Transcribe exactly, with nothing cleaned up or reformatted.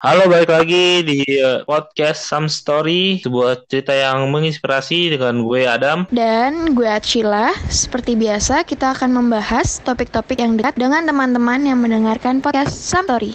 Halo, balik lagi di eh, podcast Some Story, sebuah cerita yang menginspirasi dengan gue Adam. Dan gue Archila, seperti biasa kita akan membahas topik-topik yang dekat dengan teman-teman yang mendengarkan podcast Samtori.